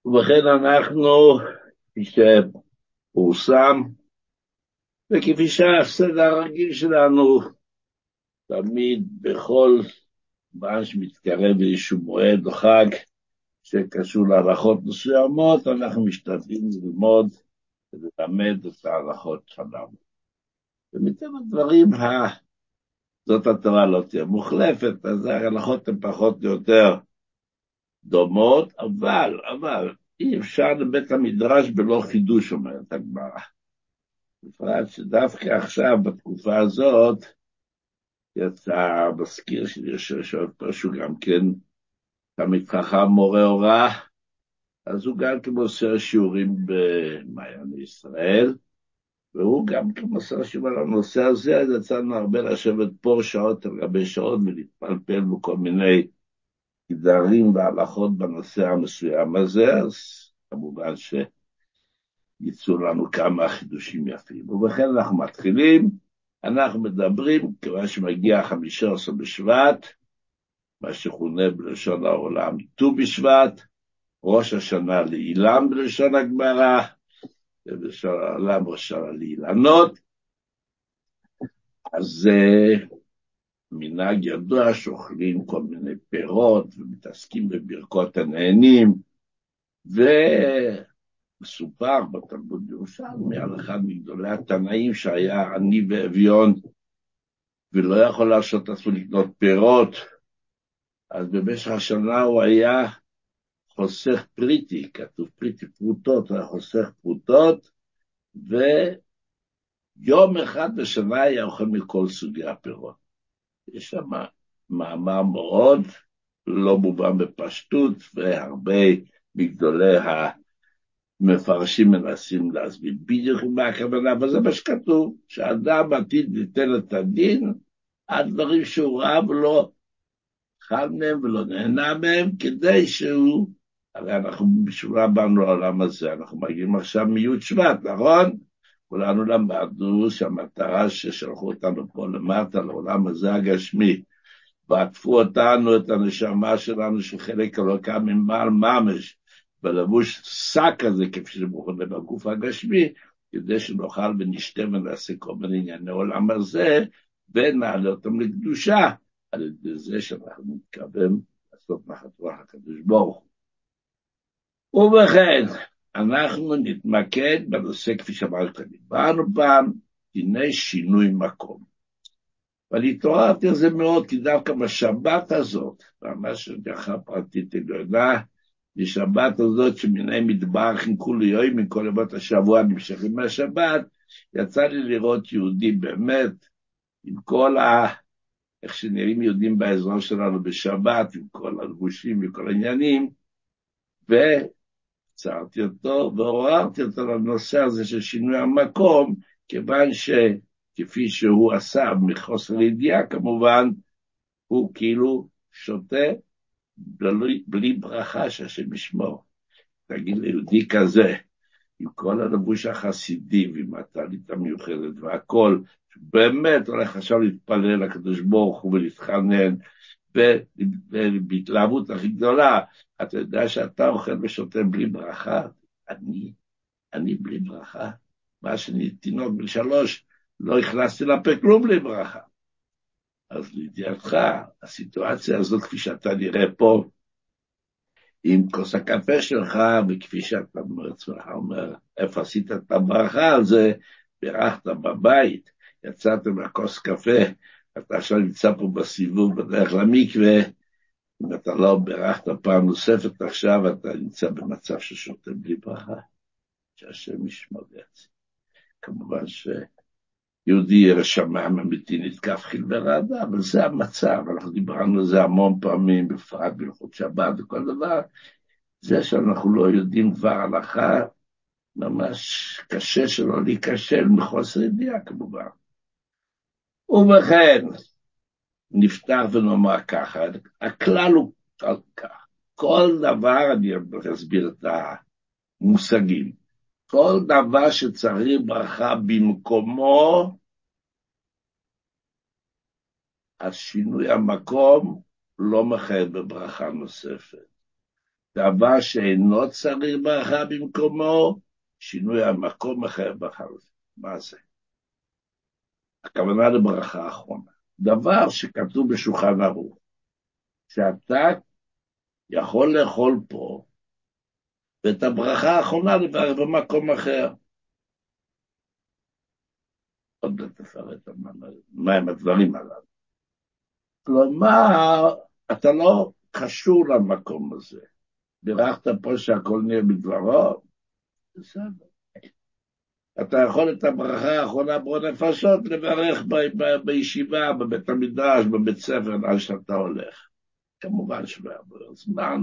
ובכן אנחנו, כפי שפורסם, וכפי שהסדר הרגיל שלנו, תמיד בכל פעם שמתקרב איזשהו מועד או חג שקשור להלכות מסוימות, אנחנו משתדלים ללמוד וללמד את ההלכות שלנו. ומטבע הדברים, זאת התורה לא תהיה מוחלפת, אז ההלכות הן פחות או יותר דומות, אבל אי אפשר לבית המדרש בלא חידוש, אומרת הגמרא. בפרט שדווקא עכשיו, בתקופה הזאת, יצא מזכיר שיושב פה, שהוא גם כן תמיד חכם מורה הוראה, אז הוא גם כן מוסר שיעורים במעיין ישראל, והוא גם כן מוסר שיעורים על הנושא הזה, אז יצאנו הרבה לשבת פה שעות על גבי שעות, ולהתפלפל בכל מיני גדרים והלכות בנושא המסוים הזה, אז כמובן שיצאו לנו כמה חידושים יפים. ובכן אנחנו מתחילים, אנחנו מדברים, כיוון שמגיע 15 בשבט, מה שכונה בלשון העולם ט"ו בשבט, ראש השנה לאילם בלשון הגמרא, ובלשון העולם ראש השנה לאילנות, אז מנהג ידוע שאוכלים כל מיני פירות, ומתעסקים בברכות הנהנים, ומסופר בתלמוד ירושלמי על אחד מגדולי התנאים שהיה עני ואביון, ולא יכול להרשות עצמו לקנות פירות, אז במשך השנה הוא היה חוסך פריטי, כתוב פריטי פרוטות, הוא היה חוסך פרוטות, ויום אחד בשנה היה אוכל מכל סוגי הפירות. יש שם מאמר מאוד לא מובן בפשטות, והרבה מגדולי המפרשים מנסים להסביר בדיוק מה הכוונה, אבל זה מה שכתוב, שאדם עתיד ליתן את הדין, הדברים שהוא ראה ולא חל מהם ולא נהנה מהם, כדי שהוא, הרי אנחנו בשבילה באנו לעולם הזה, אנחנו מגיעים עכשיו מי"ד שבט, נכון? כולנו למדנו שהמטרה ששלחו אותנו פה למטה, לעולם הזה הגשמי, ועטפו אותנו, את הנשמה שלנו, שחלק אלוקה ממעל ממש, ולבוש שק הזה, כפי שמוכנה בגוף הגשמי, כדי שנאכל ונשתה ונעשה כל מיני ענייני עולם הזה, ונעלה אותם לקדושה, על ידי זה שאנחנו מתכוון לעשות נחת רוח הקדוש ברוך הוא. ובכן, אנחנו נתמקד בנושא כפי שאמרתי, דיברנו פעם, דיני שינוי מקום. ואני התעוררתי על זה מאוד, כי דווקא בשבת הזאת, ממש ככה פרטית עליונה, בשבת הזאת שמיני מטבח עם כולו יום, עם כל ימות השבוע נמשכים מהשבת, יצא לי לראות יהודי באמת, עם כל איך שנראים יהודים באזור שלנו בשבת, עם כל הלבושים וכל העניינים, וצרתי אותו ועוררתי אותו לנושא הזה של שינוי המקום, כיוון שכפי שהוא עשה מחוסר ידיעה כמובן, הוא כאילו שותה בלי ברכה שהשם ישמור. תגיד ליהודי כזה, עם כל הלבוש החסידי ועם הטלית המיוחדת והכל, באמת הולך עכשיו להתפלל לקדוש ברוך הוא ולהתחנן, ובהתלהבות הכי גדולה, אתה יודע שאתה אוכל ושותה בלי ברכה? אני בלי ברכה. מה שאני תינוק בן 3, לא הכנסתי לפה כלום בלי ברכה. אז לידיעתך, הסיטואציה הזאת, כפי שאתה נראה פה, עם כוס הקפה שלך, וכפי שאתה בעצמך אומר, איפה עשית את הברכה על זה, בירכת בבית, יצאת מהכוס קפה, אתה עכשיו נמצא פה בסיבוב בדרך למקווה, אם אתה לא בירכת פעם נוספת עכשיו, אתה נמצא במצב ששותה בלי ברכה, שהשם ישמור את זה. כמובן שיהודי ירא שמיים אמיתי נתקף חיל ורעדה, אבל זה המצב, אנחנו דיברנו על זה המון פעמים, בפרט בהלכות שבת וכל דבר, זה שאנחנו לא יודעים כבר הלכה, ממש קשה שלא להיכשל מחוסר ידיעה כמובן. ובכן, נפתח ונאמר ככה, הכלל הוא כך, כל דבר, אני אסביר את המושגים, כל דבר שצריך ברכה במקומו, אז שינוי המקום לא מחייב בברכה נוספת. דבר שאינו צריך ברכה במקומו, שינוי המקום אחר ברכה. מה זה? הכוונה לברכה האחרונה. דבר שכתוב בשולחן ערוך, שאתה יכול לאכול פה, ואת הברכה האחרונה לברך במקום אחר. עוד לא תפרט מה הם הדברים הללו. כלומר, אתה לא קשור למקום הזה. בירכת פה שהכל נהיה בדברו, בסדר. אתה יכול את הברכה האחרונה בו נפשות לברך בישיבה, בבית המדרש, בבית ספר, לאן שאתה הולך. כמובן שלא יעבור זמן,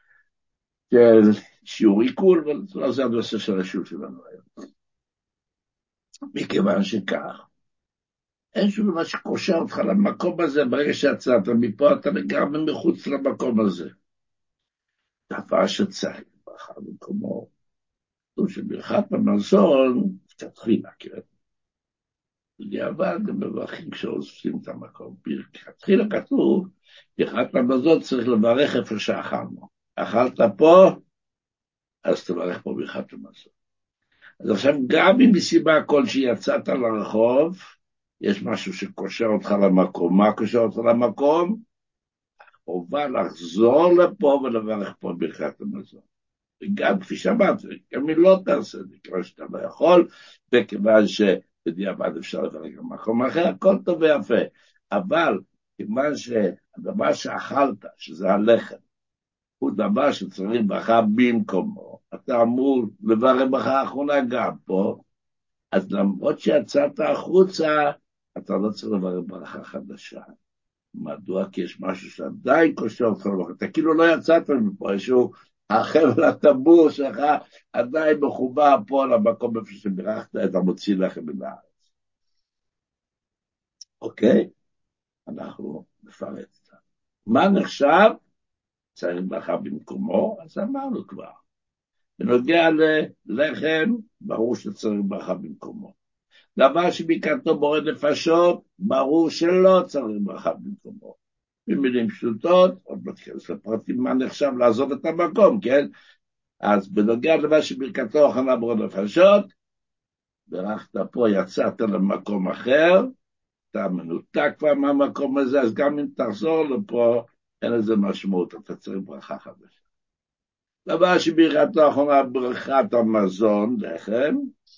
שיעור עיכול, אבל זה הנושא של השיעור שלנו היום. מכיוון שכך, אין שום דבר שקושר אותך למקום הזה, ברגע שיצאת מפה אתה לגמרי מחוץ למקום הזה. דבר שצריך ברכה במקומו, שברכת המזון, תתחילה, כן? בדיעבד הם מברכים כשעושים את המקום. תתחילה כתוב, ברכת המזון צריך לברך איפה שאכלנו. אכלת פה, אז תברך פה ברכת המזון. אז עכשיו גם אם מסיבה כלשהי יצאת לרחוב, יש משהו שקושר אותך למקום. מה קושר אותך למקום? חובה לחזור לפה ולברך פה ברכת המזון. וגם כפי שאמרתי, גם אם לא תעשה, מכיוון שאתה לא יכול, וכיוון שבדיעבד אפשר לברך במקום אחר, הכל טוב ויפה. אבל כיוון שהדבר שאכלת, שזה הלחם, הוא דבר שצריך ברכה במקומו, אתה אמור לברך ברכה האחרונה גם פה, אז למרות שיצאת החוצה, אתה לא צריך לברך ברכה חדשה. מדוע? כי יש משהו שעדיין קושר אותך לברך. אתה כאילו לא יצאת מפה, איזשהו החבל הטבור שלך עדיין מחובר פה למקום איפה שברכת את המוציא לחם מן הארץ. אוקיי? אנחנו נפרט את זה. מה נחשב? צריך ברכה במקומו, אז אמרנו כבר. בנוגע ללחם, ברור שצריך ברכה במקומו. דבר שביקרתו בורא נפשות, ברור שלא צריך ברכה במקומו. במילים פשוטות, עוד מתכנס לפרטים מה נחשב לעזוב את המקום, כן? אז בנוגע למה שברכתו הכנה בורא נפשות, ברכת פה, יצאת למקום אחר, אתה מנותק כבר מהמקום הזה, אז גם אם תחזור לפה, אין לזה משמעות, אתה צריך ברכה חדשה. דבר שברכתו הכנה ברכת המזון, לחם,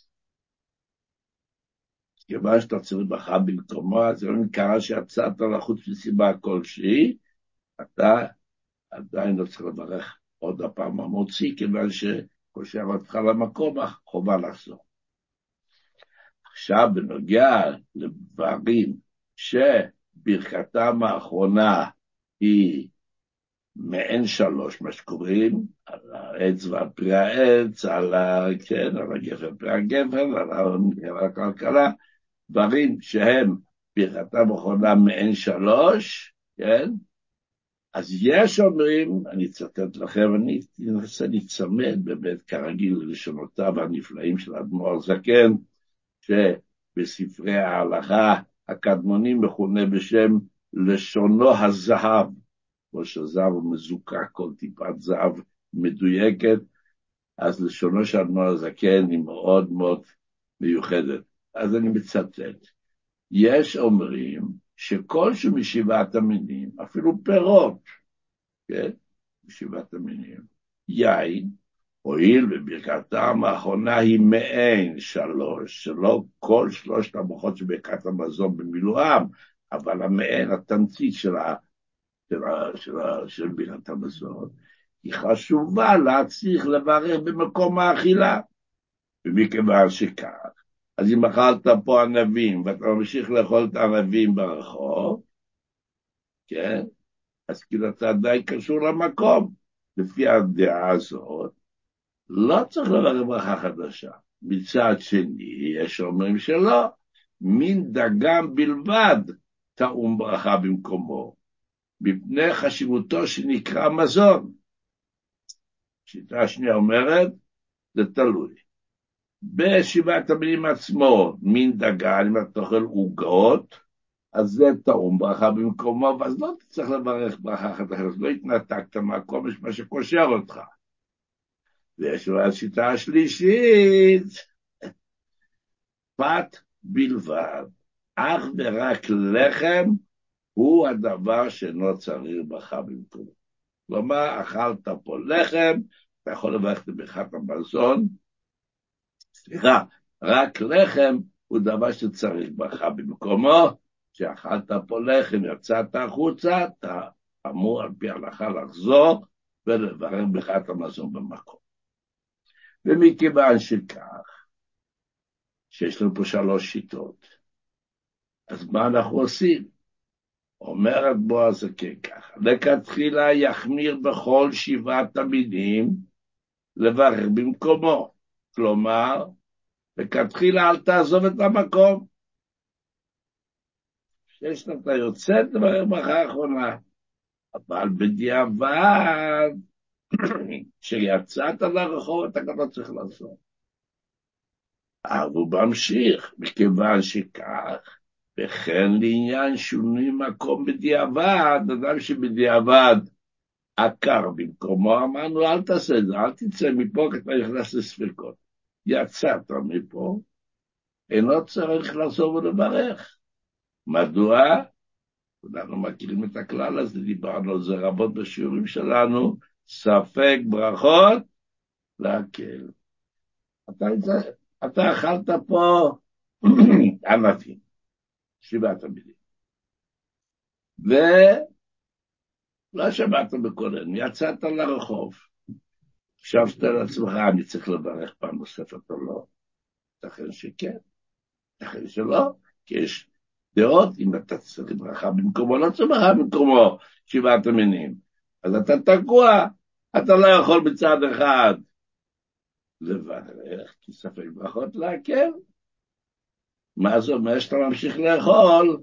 כיוון שאתה צריך ברכה במקומו, אז אם קרה שיצאת לחוץ מסיבה כלשהי, אתה עדיין לא צריך לברך עוד הפעם המוציא, כיוון שקושר אותך למקום, חובה לחזור. עכשיו בנוגע לדברים שברכתם האחרונה היא מעין שלוש, מה שקוראים, על העץ ועל פרי העץ, על הגפן פרי הגפן, על הכלכלה, דברים שהם ברכתם האחרונה מעין שלוש, כן? אז יש אומרים, אני אצטט לכם, אני אנסה להצמד באמת כרגיל ללשונותיו הנפלאים של האדמו"ר הזקן, שבספרי ההלכה הקדמונים מכונה בשם לשונו הזהב, כמו שהזהב הוא מזוקק, כל טיפת זהב מדויקת, אז לשונו של האדמו"ר הזקן היא מאוד מאוד מיוחדת. אז אני מצטט, יש אומרים שכל משבעת המינים, אפילו פירות, כן? משבעת המינים, יין, הואיל וברכתם האחרונה היא מעין שלוש, שלא כל שלושת הברכות שברכת המזון במילואם, אבל המעין, התמצית של ברכת המזון, היא חשובה להצליח לברך במקום האכילה, ומכיוון שכך, אז אם אכלת פה ענבים, ואתה ממשיך לאכול את הענבים ברחוב, כן? אז כאילו אתה עדיין קשור למקום. לפי הדעה הזאת, לא צריך לברך ברכה חדשה. מצד שני, יש אומרים שלא, מין דגם בלבד טעום ברכה במקומו, מפני חשיבותו שנקרא מזון. השיטה השנייה אומרת, זה תלוי. בשבעת המינים עצמו, מין דגן, אם אתה אוכל עוגות, אז זה טעון ברכה במקומו, ואז לא תצטרך לברך ברכה אחת אחרת, לא התנתקת מהכל, יש מה שקושר אותך. ויש לו השיטה השלישית, פת בלבד, אך ורק לחם הוא הדבר שאינו צריך ברכה במקומו. כלומר, אכלת פה לחם, אתה יכול לברך את ברכת המזון, סליחה, רק לחם הוא דבר שצריך ברכה במקומו, שאכלת פה לחם, יצאת החוצה, אתה אמור על פי ההלכה לחזור ולברך ברכת המזון במקום. ומכיוון שכך, שיש לנו פה 3 שיטות, אז מה אנחנו עושים? אומרת בועז ככה, לכתחילה יחמיר בכל 7 המינים לברך במקומו. כלומר, לכתחילה אל תעזוב את המקום. אתה יוצא לברך ברכה האחרונה, אבל בדיעבד, כשיצאת לרחוב אתה גם לא צריך לעשות. אבל הוא ממשיך, מכיוון שכך, וכן לעניין שינוי מקום בדיעבד, אדם שבדיעבד עקר במקומו, אמרנו אל תעשה את זה, אל תצא מפה כי אתה נכנס לספקות. יצאת מפה, אינו צריך לעשות ולברך. מדוע? כולנו מכירים את הכלל הזה, דיברנו על זה רבות בשיעורים שלנו, ספק ברכות להקל. אתה אכלת פה ענפים, 7 תלמידים, ולא שמעת בקולנו, יצאת לרחוב, חשבת לעצמך, אני צריך לברך פעם נוספת או לא? תכן שכן, תכן שלא, כי יש דעות, אם אתה צריך ברכה במקומו, לא צריך ברכה במקומו, 7 תלמידים, אז אתה תקוע, אתה לא יכול בצד אחד לברך, כי ספק ברכות להקל. מה זה אומר שאתה ממשיך לאכול?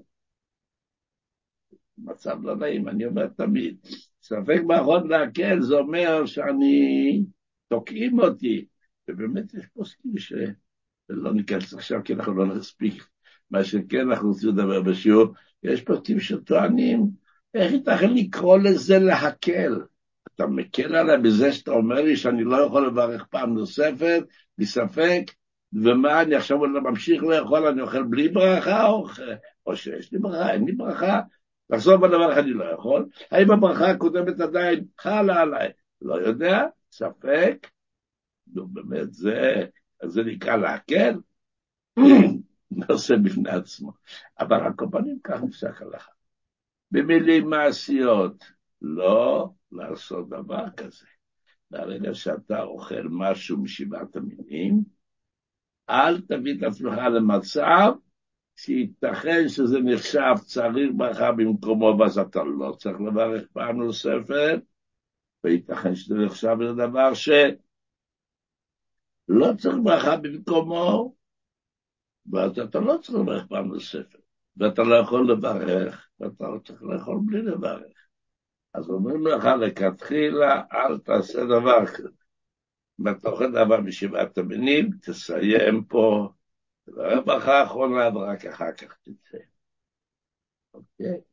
מצב לא נעים, אני אומר תמיד. ספק ברכות להקל, זה אומר שאני תוקעים אותי. ובאמת יש פוסקים שלא ניכנס עכשיו, כי אנחנו לא נספיק. מה שכן אנחנו רוצים לדבר בשיעור, יש פוסקים שטוענים, איך ייתכן לקרוא לזה להקל? אתה מקל עליי בזה שאתה אומר לי שאני לא יכול לברך פעם נוספת, מספק, ומה, אני עכשיו ממשיך לאכול, אני אוכל בלי ברכה, או שיש לי ברכה, אין לי ברכה, לחזור בדבר אני לא יכול, האם הברכה הקודמת עדיין חלה עליי? לא יודע, ספק, נו באמת, זה נקרא להקל, נושא בפני עצמו, אבל הקורבנים כך נפסק הלכה. במילים מעשיות, לא לעשות דבר כזה. ברגע שאתה אוכל משהו מ7 המינים, אל תביא את עצמך למצב שייתכן שזה נחשב צריך ברכה במקומו, ואז אתה לא צריך לברך פעם נוספת, וייתכן שזה נחשב לדבר שלא צריך ברכה במקומו, ואז אתה לא צריך לברך פעם נוספת, ואתה לא יכול לברך, ואתה לא צריך לאכול בלי לברך. אז אומרים לך לכתחילה, אל תעשה דבר כזה. אם אתה אוכל דבר מ7 המינים, תסיים פה, תברך ברכה האחרונה, ורק אחר כך תצא. אוקיי?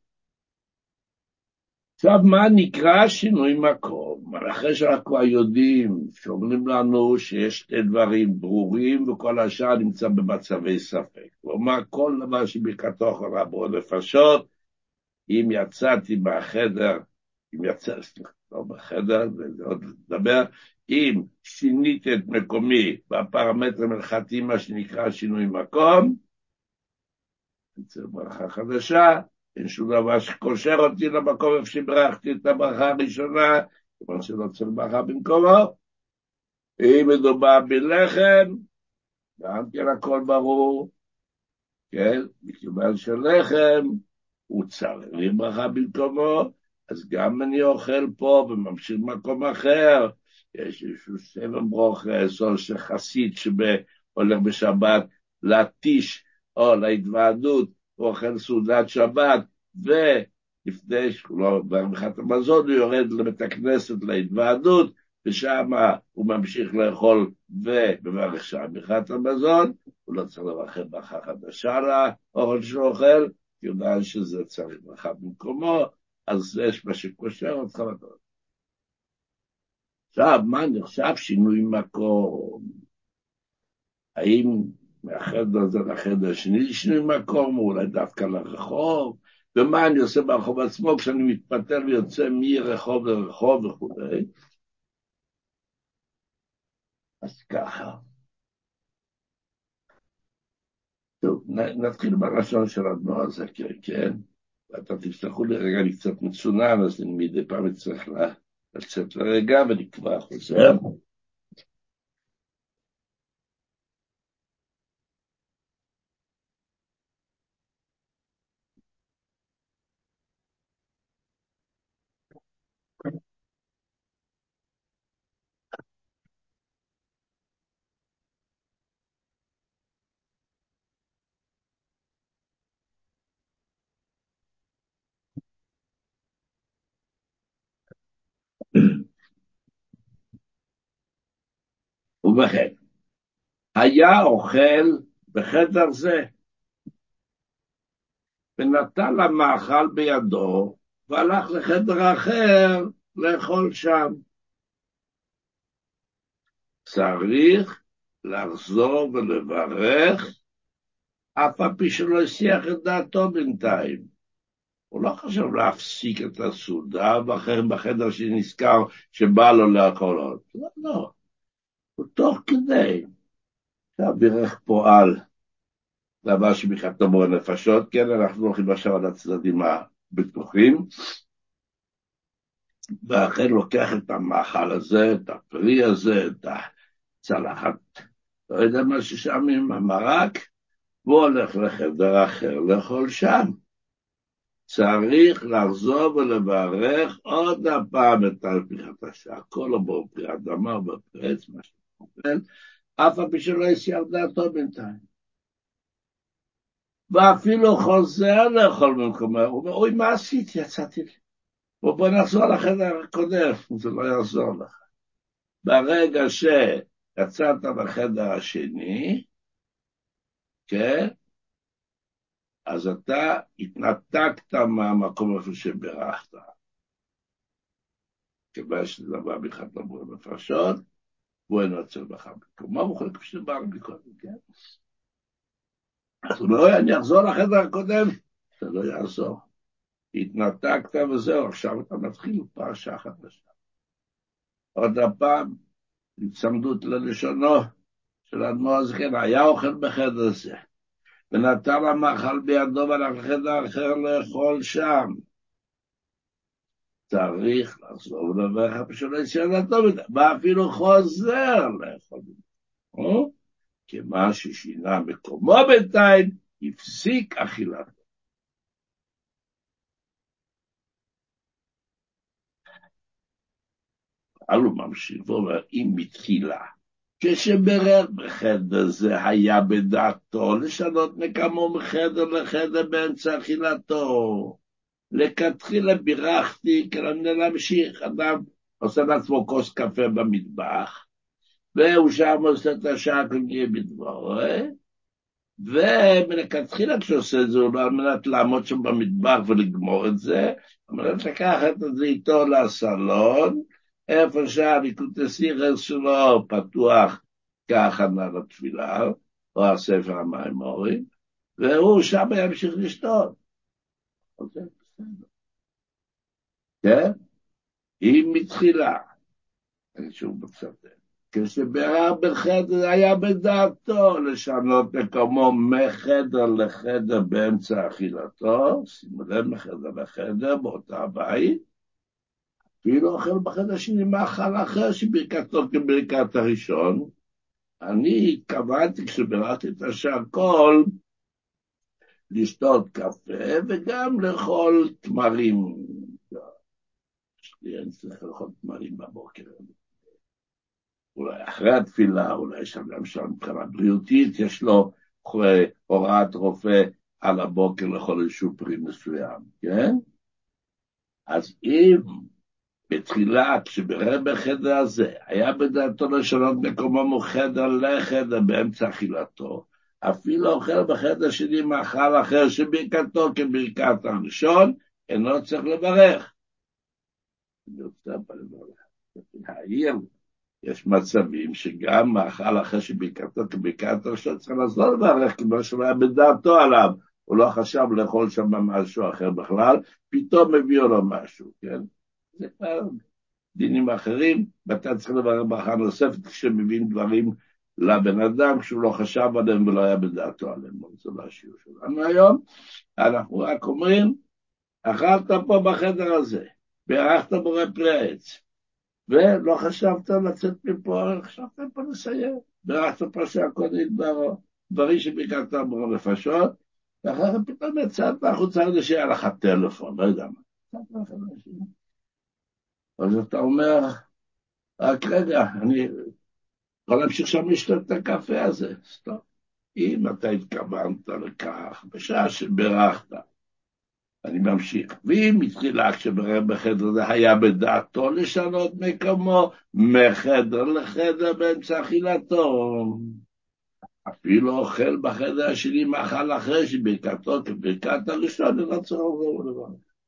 עכשיו, מה נקרא שינוי מקום? אחרי שאנחנו כבר יודעים, שאומרים לנו שיש 2 דברים ברורים, וכל השאר נמצא במצבי ספק. כלומר, כל דבר שברכתו אחרונה בעוד נפשות, אם יצאתי מהחדר, אם יצאתי, לא בחדר, זה עוד לדבר, אם שיניתי את מקומי בפרמטרים הלכתיים, מה שנקרא שינוי מקום, זה ברכה חדשה, אין שום דבר שקושר אותי למקום איפה שברכתי את הברכה הראשונה, כלומר שלא צריך ברכה במקומו. אם מדובר בלחם, גם כן הכל ברור, כן? מכיוון שלחם הוא צריך לי ברכה במקומו, אז גם אני אוכל פה וממשיך במקום אחר, יש איזשהו 7 ברוכס, או שחסיד שהולך בשבת להתיש, או להתוועדות, הוא אוכל סעודת שבת, ולפני שהוא ברכת המזון, הוא יורד לבית הכנסת להתוועדות, ושם הוא ממשיך לאכול ובברך שם ברכת המזון, הוא לא צריך לברך ברכה חדשה לאוכל שהוא אוכל, יודע שזה צריך לך במקומו, אז יש מה שקושר אותך לדבר. עכשיו, מה נחשב שינוי מקום? האם מהחדר הזה לחדר השני שינוי מקום, או אולי דווקא לרחוב? ומה אני עושה ברחוב עצמו כשאני מתפטר ויוצא מרחוב לרחוב וכו'? אז ככה. טוב, נתחיל בראשון של אדמו"ר הזקן, כן? ואתה תצטרכו לי רגע, אני קצת מצונן, אז אני מדי פעם אצטרך לצאת לרגע, ואני כבר חוזר. ובכן, היה אוכל בחדר זה, ונטל המאכל בידו, והלך לחדר אחר לאכול שם. צריך לחזור ולברך, אף על פי שלא הסיח את דעתו בינתיים. הוא לא חשב להפסיק את הסעודה, ואחר בחדר שנזכר שבא לו לאכול עוד. לא, לא. הוא תוך כדי. בירך פועל, דבר שמחתמו בו נפשות, כן, אנחנו הולכים עכשיו על הצדדים הבטוחים, ואחר לוקח את המאכל הזה, את הפרי הזה, את הצלחת, לא יודע מה ששם עם המרק, והוא הולך לחדר אחר לאכול שם. צריך לחזור ולברך עוד הפעם את פריחת השעה, כל הבוא פריחת דמר בפרץ, מה שקוראים, אף על פי שלא הסיח דעתו בינתיים. ואפילו חוזר לאכול במקומו, הוא אומר, אוי, מה עשיתי? יצאתי לי. בוא נחזור לחדר הקודם, זה לא יעזור לך. ברגע שיצאת לחדר השני, כן, אז אתה התנתקת מהמקום איפה שברכת. כיוון שזה דבר בכלל לא מפרשות, והוא אינו יוצא בך במקומו, הוא יכול כפי שדבר מקודם, כן? אז הוא אומר, אני אחזור לחדר הקודם, זה לא יעזור. התנתקת וזהו, עכשיו אתה מתחיל פרשה חדשה. עוד הפעם, הצמדות ללשונו של האדמו"ר הזקן, היה אוכל בחדר זה, ונטל המאכל בידו והלך לחדר אחר לאכול שם. צריך לחזור ולברך בשביל היציאה דתו, ואפילו חוזר לאכול. כי מה ששינה מקומו בינתיים, הפסיק אכילתו. אבל הוא ממשיך ואומר, אם בתחילה, כשברר בחדר זה היה בדעתו לשנות מקמו מחדר לחדר באמצע אכילתו. לכתחילה בירכתי, כדי להמשיך, אדם עושה לעצמו כוס קפה במטבח, והוא שם עושה את השעה כנגיע בדברו, ומלכתחילה כשעושה את זה, הוא לא על מנת לעמוד שם במטבח ולגמור את זה, על מנת לקחת את זה איתו לסלון, איפה שהליקוטי סירס שלו פתוח כהכנה לתפילה, או הספר המימורי, והוא שם ימשיך לשתות. אוקיי, בסדר. כן? אם מתחילה, אני שוב מצטט, כשברר בחדר היה בדעתו לשנות מקומו מחדר לחדר באמצע אכילתו, שימו לב מחדר לחדר באותה בית, אפילו אוכל בחדר שני מאכל אחר שברכתו כברכת הראשון. אני התכוונתי כשבירכתי את השער כל, לשתות קפה וגם לאכול תמרים. אני צריך לאכול תמרים בבוקר. אולי אחרי התפילה, אולי שם מבחינה בריאותית, יש לו הוראת רופא על הבוקר לאכול איזשהו פרי מסוים, כן? אז אם בתחילה, כשברר בחדר הזה, היה בדעתו לשנות מקומו מחדר לחדר באמצע אכילתו, אפילו אוכל בחדר שלי מאכל אחר שברכתו כברכת הראשון, אינו צריך לברך. אני רוצה לברך. העיר, יש מצבים שגם מאכל אחר שברכתו כברכת הראשון צריך לא לברך, כמו שהוא היה בדעתו עליו, הוא לא חשב לאכול שם משהו אחר בכלל, פתאום הביאו לו משהו, כן? זה כבר דינים אחרים, ואתה צריך לברך ברכה נוספת כשמבין דברים לבן אדם, כשהוא לא חשב עליהם ולא היה בדעתו עליהם. זה לא השיעור שלנו היום, אנחנו רק אומרים, אכלת פה בחדר הזה, בירכת בורא פרי העץ, ולא חשבת לצאת מפה, חשבת פה לסיים, בירכת פה שהכל יתברו, דברים שביקרת בורא נפשות, ואחר כך פתאום יצאת החוצה כדי שיהיה לך טלפון, לא יודע מה. אז אתה אומר, רק רגע, אני יכול להמשיך שם לשתות את הקפה הזה, סתם. אם אתה התכוונת לכך, בשעה שברכת, אני ממשיך. ואם התחילה כשברר בחדר זה היה בדעתו לשנות מקומו, מחדר לחדר באמצע אכילתו. אפילו אוכל בחדר השני מאכל אחרי שברכתו כברכת הראשון, לא צריך לעבור דבר.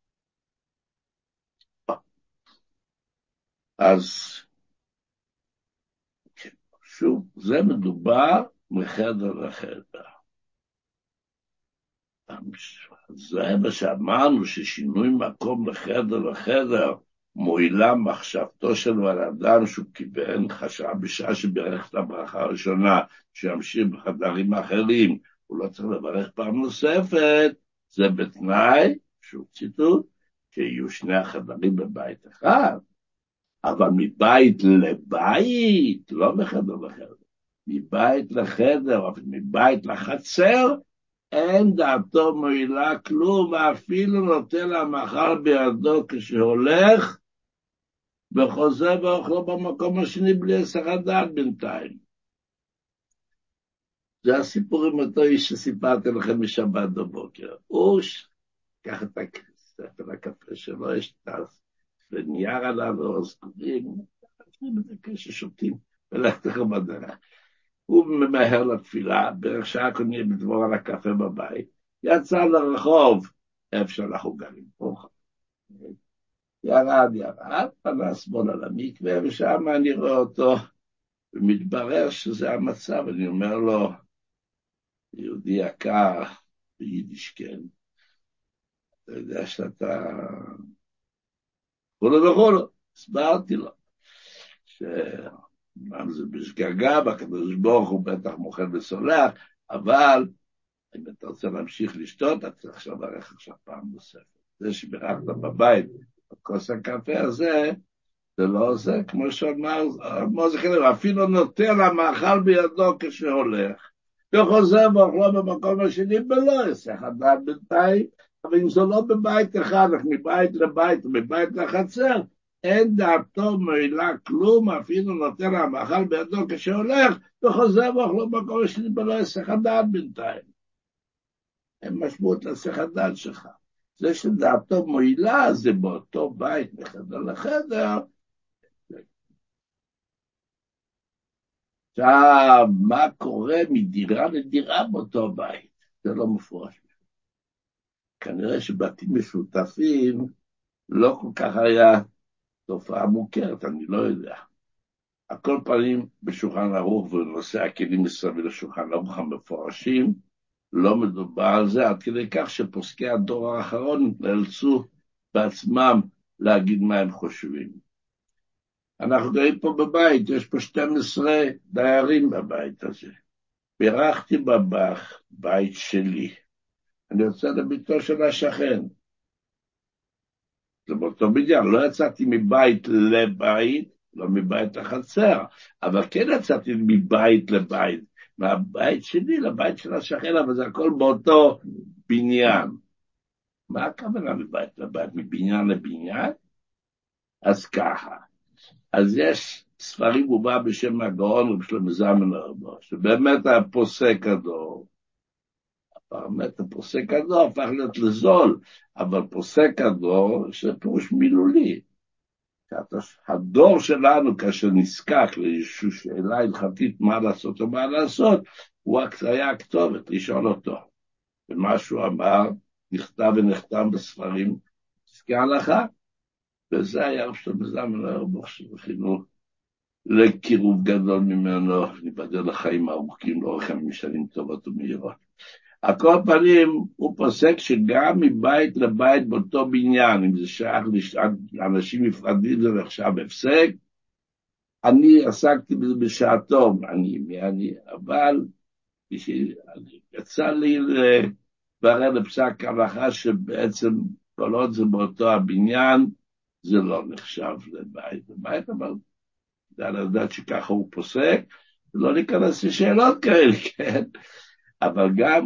אז שוב, זה מדובר מחדר לחדר. זה מה שאמרנו, ששינוי מקום לחדר לחדר, מועילה מחשבתו של בן אדם שהוא כיוון, חשב בשעה שברך את הברכה הראשונה, שימשיך בחדרים אחרים, הוא לא צריך לברך פעם נוספת, זה בתנאי, שוב ציטוט, שיהיו שני החדרים בבית אחד, אבל מבית לבית, לא מחדר לחדר, מבית לחדר, אבל מבית לחצר, אין דעתו מועילה כלום, ואפילו נוטל המאכל בידו כשהולך, וחוזר ואוכלו במקום השני בלי הסחת דעת בינתיים. זה הסיפור עם אותו איש שסיפרתי לכם משבת בבוקר. הוא קח את הספר הקפה שלו, יש טס, ונייר עליו, אז קוראים, ששותים, ולכת לך בדרך. הוא ממהר לתפילה, בערך שעה קונים בדבור על הקפה בבית, יצא לרחוב, איפה שאנחנו גרים פה, ירד, פנה שמאלה למקווה, ושם אני רואה אותו, ומתברר שזה המצב, אני אומר לו, יהודי יקר, ביידיש כן, אתה יודע שאתה, וכולו, הסברתי לו, זה בשגגה, בקדוש ברוך הוא בטח מוכן וסולח, אבל אם אתה רוצה להמשיך לשתות, אתה צריך עכשיו לברך עכשיו פעם נוספת. זה שברכת בבית, בכוס הקפה הזה, זה לא זה, כמו שאמר, אפילו נוטל המאכל בידו כשהולך, וחוזר ואוכלו במקום השני, ולא יסח הדעת בינתיים, אבל אם זה לא בבית אחד, אך מבית לבית, מבית לחצר, אין דעתו מועילה כלום, אפילו נוטל המאכל בידו כשהולך, וחוזר ואוכלו במקום השני, ולא יסח הדעת בינתיים. הם משמעות להסח הדעת שלך. זה שדעתו מועילה, זה באותו בית, מחדר לחדר. עכשיו, מה קורה מדירה לדירה באותו בית? זה לא מפורש. כנראה שבתים משותפים לא כל כך היה תופעה מוכרת, אני לא יודע. על כל פנים, בשולחן ערוך ובנושא הכלים מסביב לשולחן ערוך המפורשים, לא מדובר על זה, עד כדי כך שפוסקי הדור האחרון נאלצו בעצמם להגיד מה הם חושבים. אנחנו גרים פה בבית, יש פה 12 דיירים בבית הזה. בירכתי בבית שלי. אני יוצא לביתו של השכן. זה באותו בניין, לא יצאתי מבית לבית, לא מבית לחצר, אבל כן יצאתי מבית לבית. מהבית שלי לבית של השכן, אבל זה הכל באותו בניין. מה הכוונה מבית לבית? מבניין לבניין? אז ככה. אז יש ספרים מובא בשם הגאון רב שלמה זלמן אוירבך, שבאמת היה פוסק הדור. באמת הפוסק הדור הפך להיות לזול, אבל פוסק הדור זה פירוש מילולי. הדור שלנו, כאשר נזקק לאיזושהי שאלה הלכתית מה לעשות או מה לעשות, הוא היה הכתובת לשאול אותו. ומה שהוא אמר, נכתב ונחתם בספרים, פסקי הלכה, וזה היה רב שלמה זלמן אוירבך, שזכינו לקירוב גדול ממנו, ניבדל לחיים ארוכים לאורך ימים שנים טובות ומהירות. על כל פנים, הוא פוסק שגם מבית לבית באותו בניין, אם זה שייך לאנשים נפרדים, זה נחשב הפסק. אני עסקתי בזה בשעתו, אבל יצא לי לברר לפסק הלכה שבעצם כל עוד זה באותו הבניין, זה לא נחשב לבית. לבית, אבל זה על הדעת שככה הוא פוסק, ולא ניכנס לשאלות כאלה, כן? אבל גם,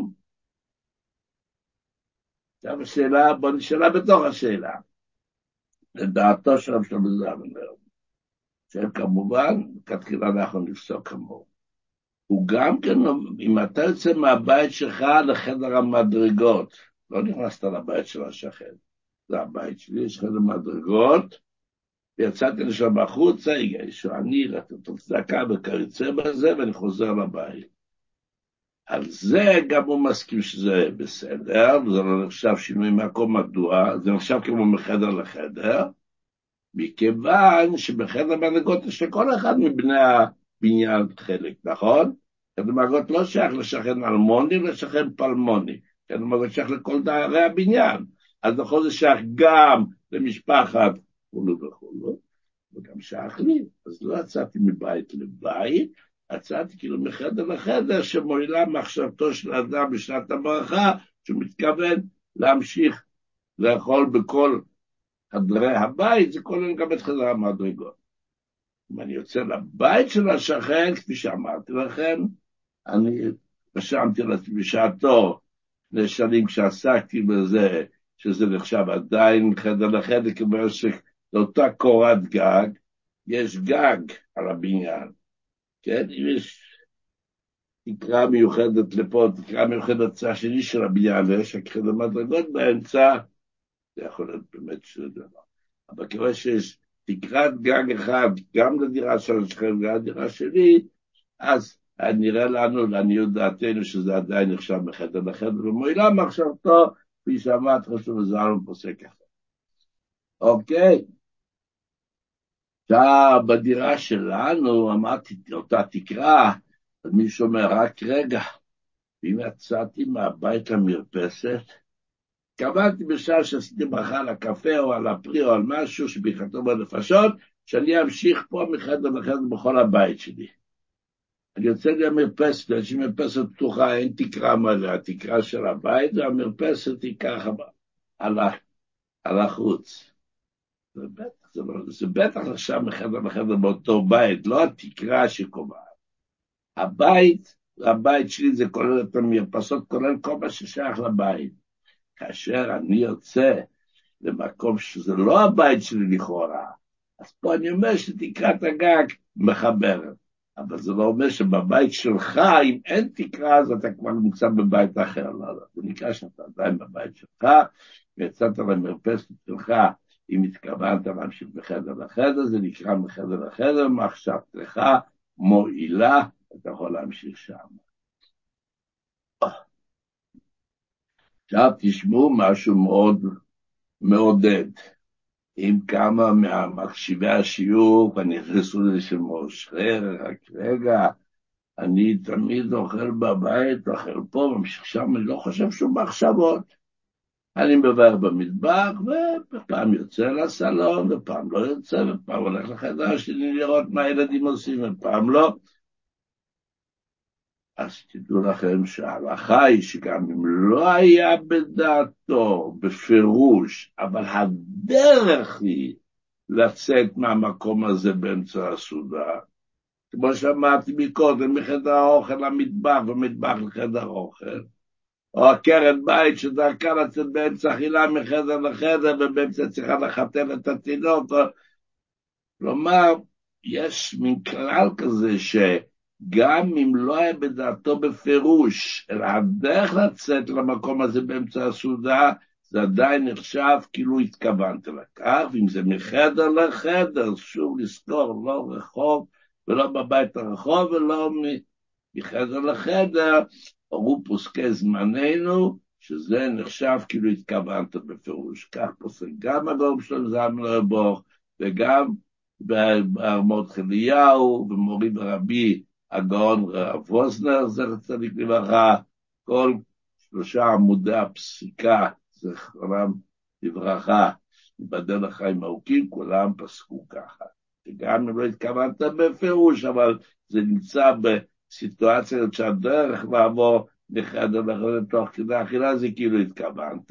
עכשיו השאלה, בוא נשאלה בתוך השאלה. לדעתו של רב שלמה זלמן אוירבך, שכמובן, כתחילה אנחנו נפסוק כמוהו. הוא גם כן, אם אתה יוצא מהבית שלך לחדר המדרגות, לא נכנסת לבית של השכן, זה הבית שלי, יש חדר מדרגות, ויצאתי לשם בחוץ, אני לתת צדקה וכיוצא בזה, ואני חוזר לבית. על זה גם הוא מסכים שזה בסדר, וזה לא נחשב שינוי מקום. מדוע? זה נחשב כמו מחדר לחדר, מכיוון שבחדר מדרגות יש לכל אחד מבני הבניין חלק, נכון? חדר מדרגות לא שייך לשכן אלמוני, לשכן פלמוני. חדר מדרגות שייך לכל דיירי הבניין. אז נכון זה שייך גם למשפחת וכו', וגם שייך לי. אז לא יצאתי מבית לבית, יצאתי כאילו מחדר לחדר, שמועילה מחשבתו של האדם בשעת הברכה, שהוא מתכוון להמשיך לאכול בכל חדרי הבית, זה כולל גם את חדר המדרגות. אם אני יוצא לבית של השכן, כפי שאמרתי לכם, אני רשמתי לעצמי בשעתו, לשנים כשעסקתי בזה, שזה נחשב עדיין חדר לחדר, כמו שלאותה קורת גג, יש גג על הבניין, כן? אם יש תקרה מיוחדת לפה, תקרה מיוחדת צד שני של הבניין, ויש חדר מדרגות באמצע, זה יכול להיות באמת שזה דבר. אבל כיוון שיש תקרת גג אחד, גם לדירה של השכן וגם לדירה שלי, אז נראה לנו, לעניות דעתנו, שזה עדיין נחשב מחדר לחדר, ומועילה מחשבתו, כפי שאמרת, חשוב זלמן פוסק אחר. אוקיי. עכשיו, בדירה שלנו, אמרתי, אותה תקרה, אז מישהו אומר, רק רגע, אם יצאתי מהבית למרפסת, קבלתי בשעה שעשיתי ברכה על הקפה או על הפרי או על משהו שברכתו בנפשות, שאני אמשיך פה מחדר לחדר בכל הבית שלי. אני יוצא לי המרפסת, יש לי מרפסת פתוחה, אין תקרה מלאה, התקרה של הבית, והמרפסת היא ככה על החוץ. זה בטח עכשיו מחדר לחדר באותו בית, לא התקרה שקובעת. הבית שלי זה כולל את המרפסות, כולל כל מה ששייך לבית. כאשר אני יוצא למקום שזה לא הבית שלי לכאורה, אז פה אני אומר שתקרת הגג מחברת. אבל זה לא אומר שבבית שלך, אם אין תקרה, אז אתה כבר נמצא בבית אחר. לא, זה נקרא שאתה עדיין בבית שלך, ויצאת למרפסת שלך, אם התכוונת להמשיך מחדר לחדר, זה נקרא מחדר לחדר, מחשבתך מועילה, אתה יכול להמשיך שם. עכשיו תשמעו משהו מאוד מעודד. עם כמה מהמקשיבי השיעור, ונכנסו לזה של מושכר, רק רגע, אני תמיד אוכל בבית, אוכל פה, ממשיך שם, אני לא חושב שום מחשבות. אני מבאר במטבח, ופעם יוצא לסלון, ופעם לא יוצא, ופעם הולך לחדר שלי לראות מה הילדים עושים, ופעם לא. אז תדעו לכם שההלכה היא שגם אם לא היה בדעתו, בפירוש, אבל הדרך היא לצאת מהמקום הזה באמצע הסעודה. כמו שאמרתי מקודם, מחדר האוכל למטבח, ומטבח לחדר האוכל. או עקרת בית שדרכה לצאת באמצע אכילה מחדר לחדר, ובאמצע צריכה לחתן את התינוק. כלומר, יש מין כלל כזה שגם אם לא היה בדעתו בפירוש, אלא הדרך לצאת למקום הזה באמצע הסעודה, זה עדיין נחשב כאילו התכוונת לכך, ואם זה מחדר לחדר, שוב לזכור, לא רחוב, ולא בבית הרחוב, ולא מחדר לחדר, אמרו פוסקי זמננו, שזה נחשב כאילו התכוונת בפירוש. כך פוסק גם הגאון שלום זלמן אוירבך, וגם בארמות אליהו, ומורי ורבי הגאון רב ווזנר, זכר צדיק לברכה, כל 3 עמודי הפסיקה, זכרם לברכה, ייבדל לחיים ארוכים, כולם פסקו ככה. שגם אם לא התכוונת בפירוש, אבל זה נמצא בסיטואציות שהדרך לעבור מחדר לחדר תוך כדי אכילה, זה כאילו התכוונת.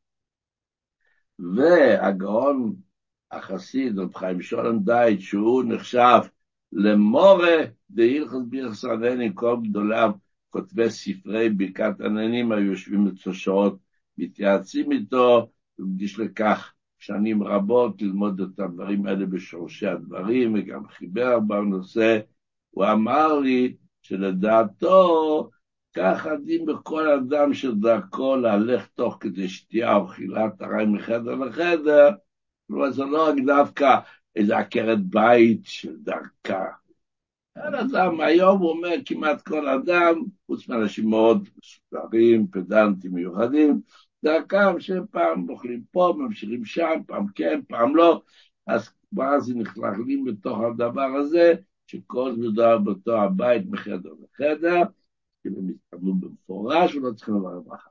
והגאון החסיד, רב חיים שולם דייט, שהוא נחשב למורה דהילכות ברכת עננים, כל גדוליו כותבי ספרי ברכת עננים, היו יושבים אצלו שעות, מתייעצים איתו, ומקדיש לכך שנים רבות ללמוד את הדברים האלה בשורשי הדברים, וגם חיבר בנושא. הוא אמר לי שלדעתו, כך הדין בכל אדם שדרכו להלך תוך כדי שתייה או אכילת הרעי מחדר לחדר, אבל זה לא רק דווקא איזה עקרת בית של דרכה. כל אדם, היום הוא אומר כמעט כל אדם, חוץ מאנשים מאוד מסודרים, פדנטים מיוחדים, דרכם שפעם אוכלים פה, ממשיכים שם, פעם כן, פעם לא, אז כבר זה נכללים בתוך הדבר הזה, שכל זה בתוך הבית מחדר לחדר, כאילו מתקבלו במפורש ולא צריכים לומר ברכה.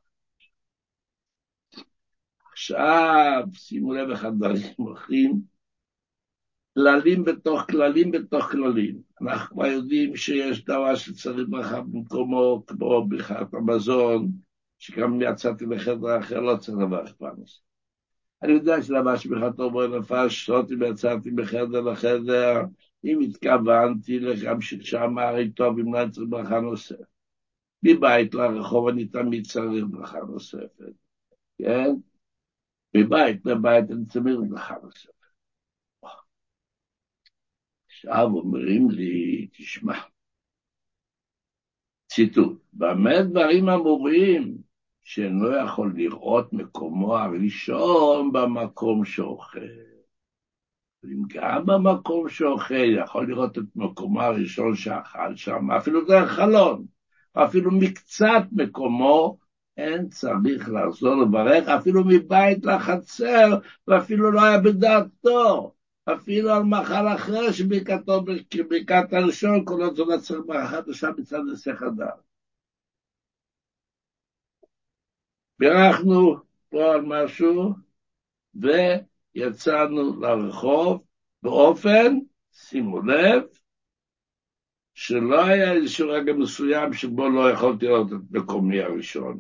עכשיו, שימו לב איך הדברים הולכים, כללים בתוך כללים בתוך כללים. אנחנו כבר יודעים שיש דבר שצריך ברכה במקומו, כמו ברכת המזון, שגם אם יצאתי לחדר אחר לא צריך לברך בנושא. אני יודע שדבר שברכת עובר נפש, אם יצאתי מחדר לחדר, אם התכוונתי להמשיך שאמר איתו, אם לא צריך ברכה נוספת. מבית לרחוב אני תמיד צריך ברכה נוספת, כן? מבית לבית אני צריך ברכה נוספת. עכשיו אומרים לי, תשמע, ציטוט, במה דברים אמורים שאינו יכול לראות מקומו הראשון במקום שאוכל. אם גם במקום שאוכל יכול לראות את מקומו הראשון שאכל שם, אפילו דרך חלון, אפילו מקצת מקומו, אין צריך לחזור לברך, אפילו מבית לחצר, ואפילו לא היה בדעתו, אפילו על מחל אחרי שברכתו ברכת הראשון, כל עוד זה לא צריך ברכה חדשה מצד היסח הדעת. בירכנו פה על משהו, ויצאנו לרחוב באופן, שימו לב, שלא היה איזשהו רגע מסוים שבו לא יכולתי לראות את מקומי הראשון.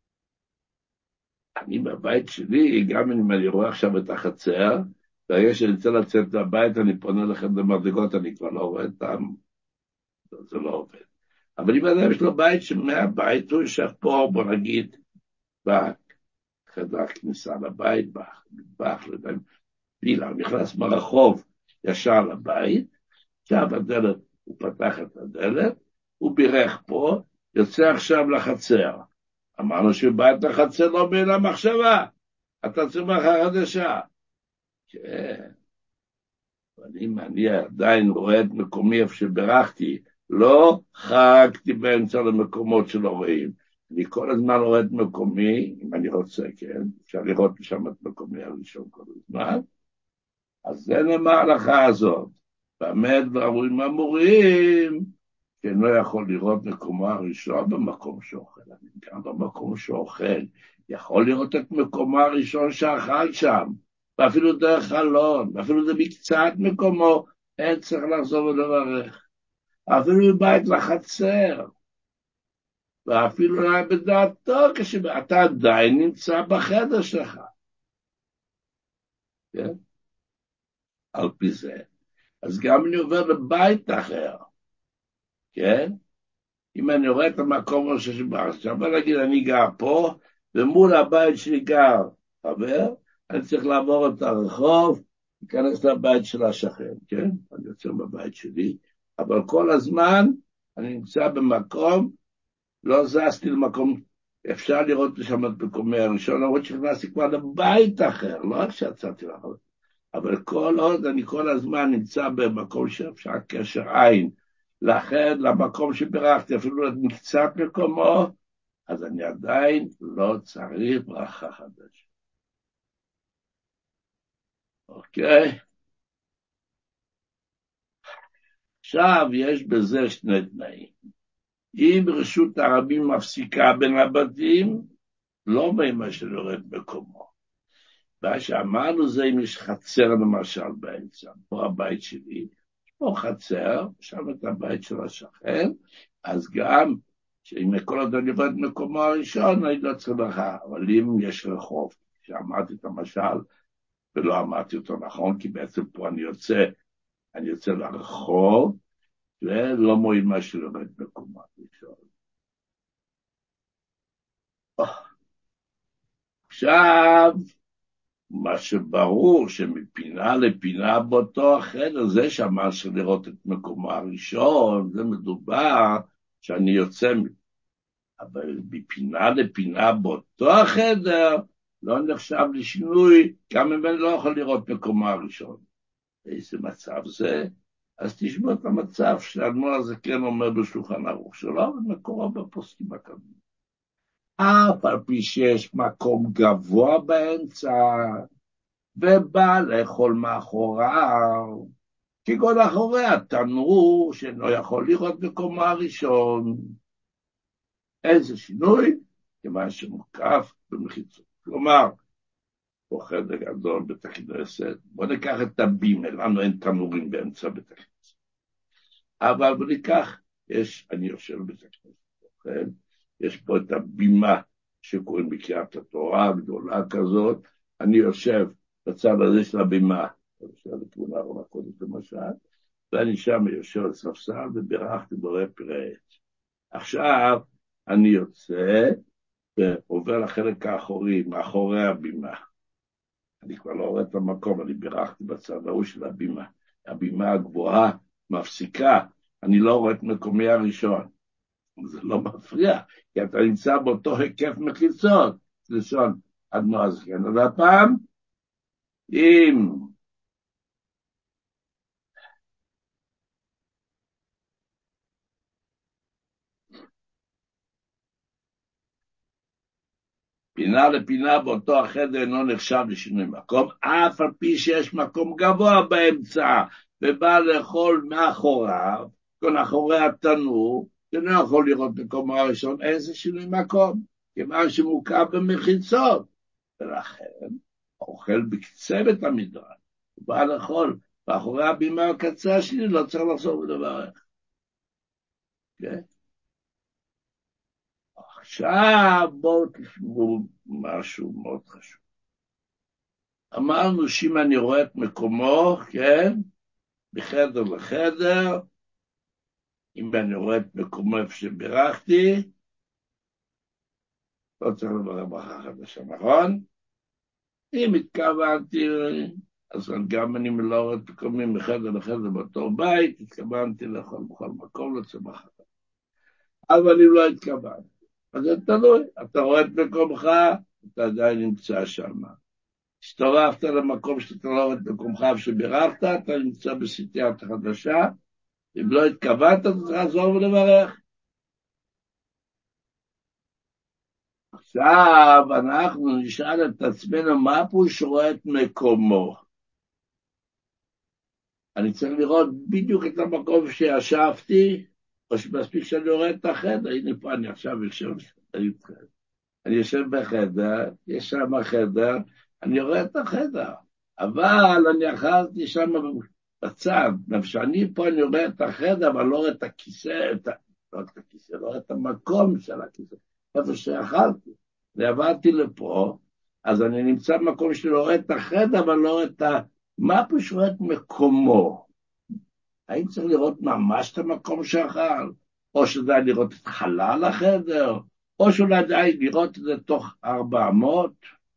אני בבית שלי, גם אם אני רואה עכשיו את החצר, ברגע שאני רוצה לצאת מהבית, אני פונה לחדר מדרגות, אני כבר לא רואה אותם, זה לא עובד. אבל אם אדם יש לו בית שמהבית הוא יושב פה, בוא נגיד, בחדר הכניסה לבית, במטבח, פילה, הוא נכנס ברחוב ישר לבית, עכשיו הדלת, הוא פתח את הדלת, הוא בירך פה, יוצא עכשיו לחצר. אמרנו שבית לחצר לא בין המחשבה, אתה צריך ברכה חדשה. כן, אבל אם אני עדיין רואה את מקומי איפה שברכתי, לא חגתי באמצע למקומות שלא רואים. אני כל הזמן רואה את מקומי, אם אני רוצה, כן, אפשר לראות שם את מקומי הראשון כל הזמן. אז זה למה ההלכה הזאת. באמת דברים אמורים, כן לא יכול לראות מקומו הראשון במקום שאוכל. אני גם במקום שאוכל, יכול לראות את מקומו הראשון שאכל שם, ואפילו דרך חלון, ואפילו זה מקצת מקומו, אין צריך לחזור ולברך. אפילו בבית לחצר, ואפילו לא היה בדעתו, כשאתה עדיין נמצא בחדר שלך. כן? על פי זה. אז גם אני עובר לבית אחר, כן? אם אני רואה את המקום שבר, עכשיו נגיד אני גר פה, ומול הבית שלי גר חבר, אני צריך לעבור את הרחוב, להיכנס לבית של השכן, כן? אני יוצא בבית שלי, אבל כל הזמן אני נמצא במקום, לא זזתי למקום אפשר לראות שם את מקומי הראשון, למרות שנכנסתי כבר לבית אחר, לא רק שיצאתי לחול. אבל כל עוד אני כל הזמן נמצא במקום שאפשר קשר עין, לכן למקום שבירכתי, אפילו מקצת מקומו, אז אני עדיין לא צריך ברכה חדשה. אוקיי? עכשיו יש בזה שני תנאים. אם רשות הרבים מפסיקה בין הבתים, לא מה שיורד מקומו. מה שאמרנו זה אם יש חצר למשל באמצע, פה הבית שלי, פה חצר, שם את הבית של השכן, אז גם שאם כל עוד אני יורד מקומו הראשון, אני לא צריך לך, אבל אם יש רחוב, שאמרתי את המשל, ולא אמרתי אותו נכון, כי בעצם פה אני יוצא לרחוב, ולא מועיל מה שיורד מקומו הראשון. עכשיו, מה שברור שמפינה לפינה באותו החדר, זה שאמר שלראות את מקומו הראשון, זה מדובר שאני יוצא, אבל מפינה לפינה באותו החדר, לא נחשב לשינוי, גם אם אני לא יכול לראות מקומו הראשון. איזה מצב זה? אז תשמעו את המצב שהאדמו"ר הזקן אומר בשולחן ערוך שלו, ומקורו בפוסקים הקודמים. אף על פי שיש מקום גבוה באמצע, ובא לאכול מאחוריו, כגון אחורי התנור, שאינו יכול לראות מקומו הראשון. איזה שינוי? כיוון שמוקף במחיצות. כלומר, פה חדר גדול בית הכנסת, בוא ניקח את הבימה, לנו אין תנורים באמצע בית הכנסת. אבל בוא ניקח, אני יושב בבית הכנסת, יש פה את הבימה שקוראים בקריאת התורה הגדולה כזאת, אני יושב בצד הזה של הבימה, יושב לכיוון ארון הקודש למשל, ואני שם יושב על ספסל ובירכתי בורא פרא עץ. עכשיו אני יוצא ועובר לחלק האחורי, מאחורי הבימה. אני כבר לא רואה את המקום, אני בירכתי בצד ההוא של הבימה. הבימה הגבוהה מפסיקה, אני לא רואה את מקומי הראשון. זה לא מפריע, כי אתה נמצא באותו היקף מחיצות. לשון אדמו"ר הזקן. אז הפעם, אם פינה לפינה באותו החדר אינו נחשב לשינוי מקום, אף על פי שיש מקום גבוה באמצע, ובא לאכול מאחוריו, כל אחורי התנור, שאינו יכול לראות מקומו הראשון, איזה שינוי מקום, כיוון שמוקף במחיצות, ולכן אוכל בקצה בית המדרש, הוא בא לאכול, ואחורי הבימה הקצה שלי לא צריך לחזור ולברך. כן? עכשיו בואו תשמעו משהו מאוד חשוב. אמרנו שאם אני רואה את מקומו, כן, מחדר לחדר, אם אני רואה את מקומו איפה שבירכתי, לא צריך לברך ברכה חדשה, נכון? אם התכוונתי, אז גם אני לא רואה את מקומי מחדר לחדר באותו בית, התכוונתי לאכול בכל מקום, לא צריך ברכה. אבל אם לא התכוונתי, אז זה תלוי, אתה רואה את מקומך, אתה עדיין נמצא שם. הסתובבת למקום שאתה לא רואה את מקומך ושבירכת, אתה נמצא בסיטואציה חדשה, אם לא התכוונת, אתה צריך לעזור ולברך. עכשיו אנחנו נשאל את עצמנו, מה פירוש רואה את מקומו? אני צריך לראות בדיוק את המקום שישבתי, או שמספיק שאני רואה את החדר, הנה פה אני עכשיו יושב, אני יושב בחדר, יש שם חדר, אני רואה את החדר, אבל אני אכלתי שם בצד, כשאני פה אני רואה את החדר, אבל לא רואה את הכיסא, לא את הכיסא, לא רואה את המקום של הכיסא, איפה שאכלתי, ועברתי לפה, אז אני נמצא במקום שאני לא רואה את החדר, אבל לא רואה את מה פשוט רואה את מקומו? האם צריך לראות ממש את המקום שאכל? או שזה לראות את חלל החדר? או שאולי די לראות את זה תוך 400?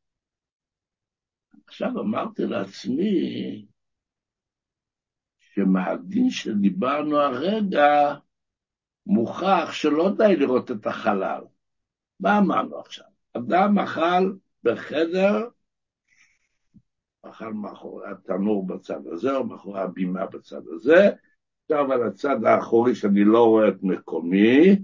עכשיו אמרתי לעצמי, שמהדין שדיברנו הרגע, מוכח שלא די לראות את החלל. מה אמרנו עכשיו? אדם אכל בחדר, אכל מאחורי התנור בצד הזה, או מאחורי הבימה בצד הזה, עכשיו על הצד האחורי שאני לא רואה את מקומי,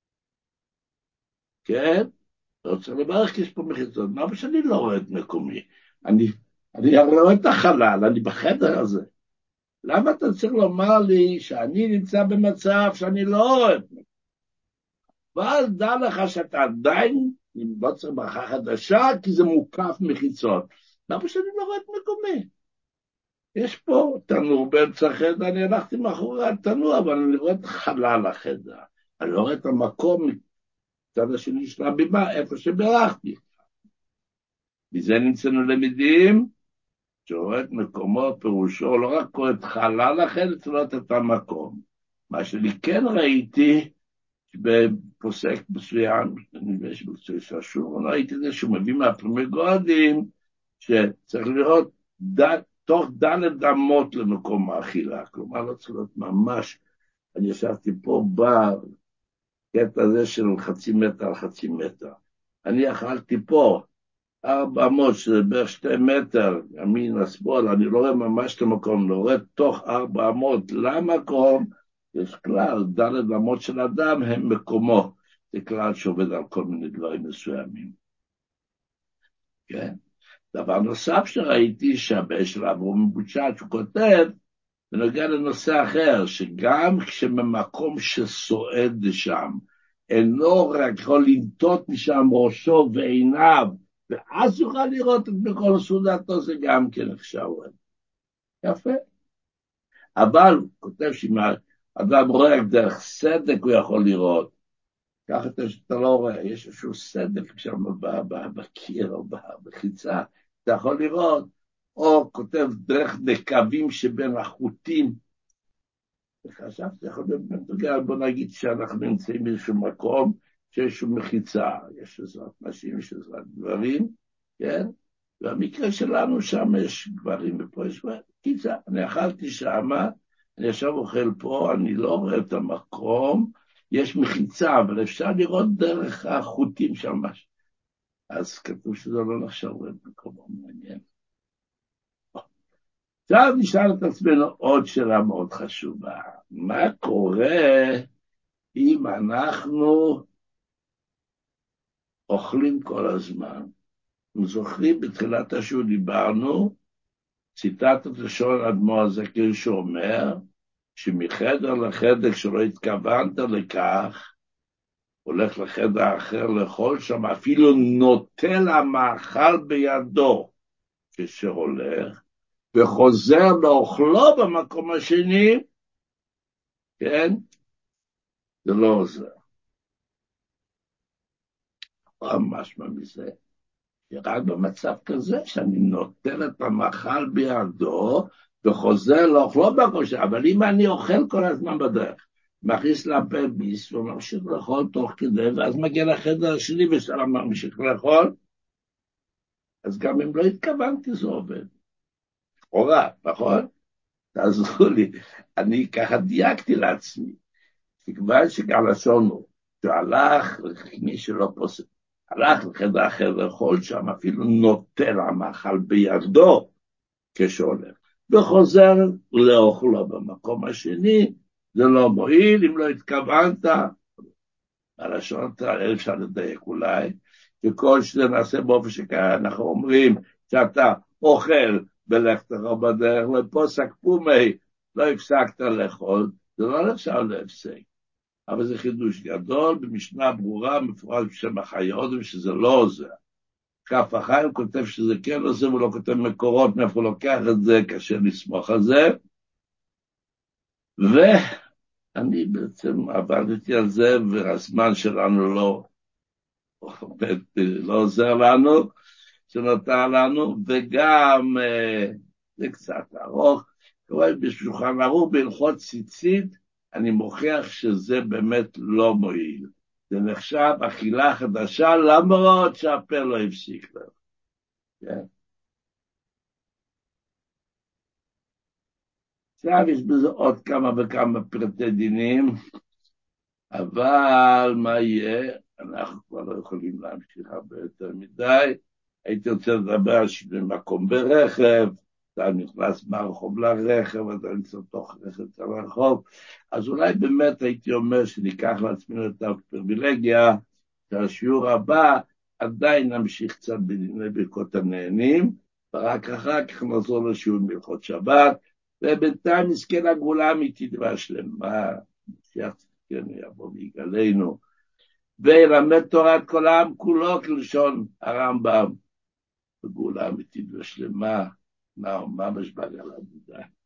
כן? לא צריך לברך כי יש פה מחיצות, למה שאני לא רואה את מקומי? אני הרי רואה את החלל, אני בחדר הזה. למה אתה צריך לומר לי שאני נמצא במצב שאני לא רואה את מקומי? אבל דע לך שאתה עדיין לא צריך ברכה חדשה, כי זה מוקף מחיצות. למה שאני לא רואה את מקומי? יש פה תנור באמצע החדר, אני הלכתי מאחורי התנור, אבל אני רואה את חלל החדר. אני לא רואה את המקום מצד השני של הבימה, איפה שברכתי. מזה נמצאנו למדים, שרואה את מקומו פירושו, לא רק רואה את חלל החדר, אלא את המקום. מה שאני כן ראיתי, בפוסק מסוים, אני יודע שבקצועי ששור, ראיתי את זה שהוא מביא מהפרמי גודים, שצריך לראות תוך ד' אמות למקום האכילה, כלומר לא צריך להיות ממש, אני ישבתי פה בקטע הזה של חצי מטר על חצי מטר, אני אכלתי פה 4 אמות, שזה בערך 2 מטר, ימין השמאל, אני לא רואה ממש את המקום, לא רואה תוך 4 אמות למקום, יש כלל, ד' אמות של אדם הם מקומו, זה כלל שעובד על כל מיני דברים מסוימים, כן? דבר נוסף שראיתי, שהבן של אברהם מבוצ'ת, הוא כותב, בנוגע לנושא אחר, שגם כשבמקום שסועד שם, אינו רק יכול לנטות משם ראשו ועיניו, ואז יוכל לראות את מקום סעודתו, זה גם כן נחשב. יפה. אבל, הוא כותב שאם האדם רואה דרך סדק הוא יכול לראות, ככה אתה לא רואה, יש איזשהו סדק שם בקיר או בחיצה, אתה יכול לראות, או כותב דרך נקבים שבין החוטים, וחשבתי, יכול להיות בנוגע, בוא נגיד שאנחנו נמצאים באיזשהו מקום, שיש איזשהו מחיצה, יש עזרת נשים, יש עזרת גברים, כן? והמקרה שלנו שם יש גברים ופה יש גברים. קיצה, אני אכלתי שם, אני עכשיו אוכל פה, אני לא רואה את המקום, יש מחיצה, אבל אפשר לראות דרך החוטים שם. אז כתוב שזה לא נחשב מקום מעניין. עכשיו נשאל את עצמנו עוד שאלה מאוד חשובה. מה קורה אם אנחנו אוכלים כל הזמן? אתם זוכרים, בתחילת השיעור דיברנו, ציטטת לשון אדמו"ר הזקן שאומר, שמחדר לחדר כשלא התכוונת לכך, הולך לחדר אחר לאכול שם, אפילו נוטל המאכל בידו כשהולך, וחוזר לאוכלו במקום השני, כן? זה לא עוזר. ממש מזה. רק במצב כזה שאני נוטל את המאכל בידו וחוזר לאכלו בקושי, אבל אם אני אוכל כל הזמן בדרך, מכניס לפה ביס וממשיך לאכול תוך כדי, ואז מגיע לחדר השני ושלם ממשיך לאכול, אז גם אם לא התכוונתי זה עובד. לכאורה, נכון? תעזרו לי, אני ככה דייקתי לעצמי, כיוון שגם לשון הוא, שהלך מי שלא פוסק, הלך לחדר אחר לאכול שם, אפילו נוטל המאכל בידו כשהולך, וחוזר לאוכלו במקום השני, זה לא מועיל אם לא התכוונת, הלשון אפשר לדייק אולי, וכל שזה נעשה באופן שככה אנחנו אומרים, שאתה אוכל בלך תראה בדרך לפוסק פומי, לא הפסקת לאכול, זה לא נחשב להפסק. אבל זה חידוש גדול, במשנה ברורה, מפורש בשם החיות, שזה לא עוזר. כף החיים כותב שזה כן עוזר, הוא לא כותב מקורות, מאיפה הוא לוקח את זה, קשה לסמוך על זה. ואני בעצם עבדתי על זה, והזמן שלנו לא עוזר לנו, שנותר לנו, וגם זה קצת ארוך, קוראים בשולחן ערוך בהלכות ציצית, אני מוכיח שזה באמת לא מועיל. זה נחשב אכילה חדשה, למרות שהפה לא הפסיק לו. כן? עכשיו יש בזה עוד כמה וכמה פרטי דינים, אבל מה יהיה? אנחנו כבר לא יכולים להמשיך הרבה יותר מדי. הייתי רוצה לדבר על שינוי מקום ברכב, אתה נכנס מהרחוב לרכב, אתה נמצא תוך רכב לרחוב, אז אולי באמת הייתי אומר שניקח לעצמנו את הפריבילגיה, שהשיעור הבא עדיין נמשיך קצת בדיני ברכות הנהנים, ורק אחר כך נחזור לשיעור בהלכות שבת, ובינתיים נזכה לגאולה האמיתית והשלמה, משיח צדקנו יבוא ויגאלנו, וילמד תורת כל העם כולו כלשון הרמב"ם, בגאולה אמיתית ושלמה, ממש בגל עבודה.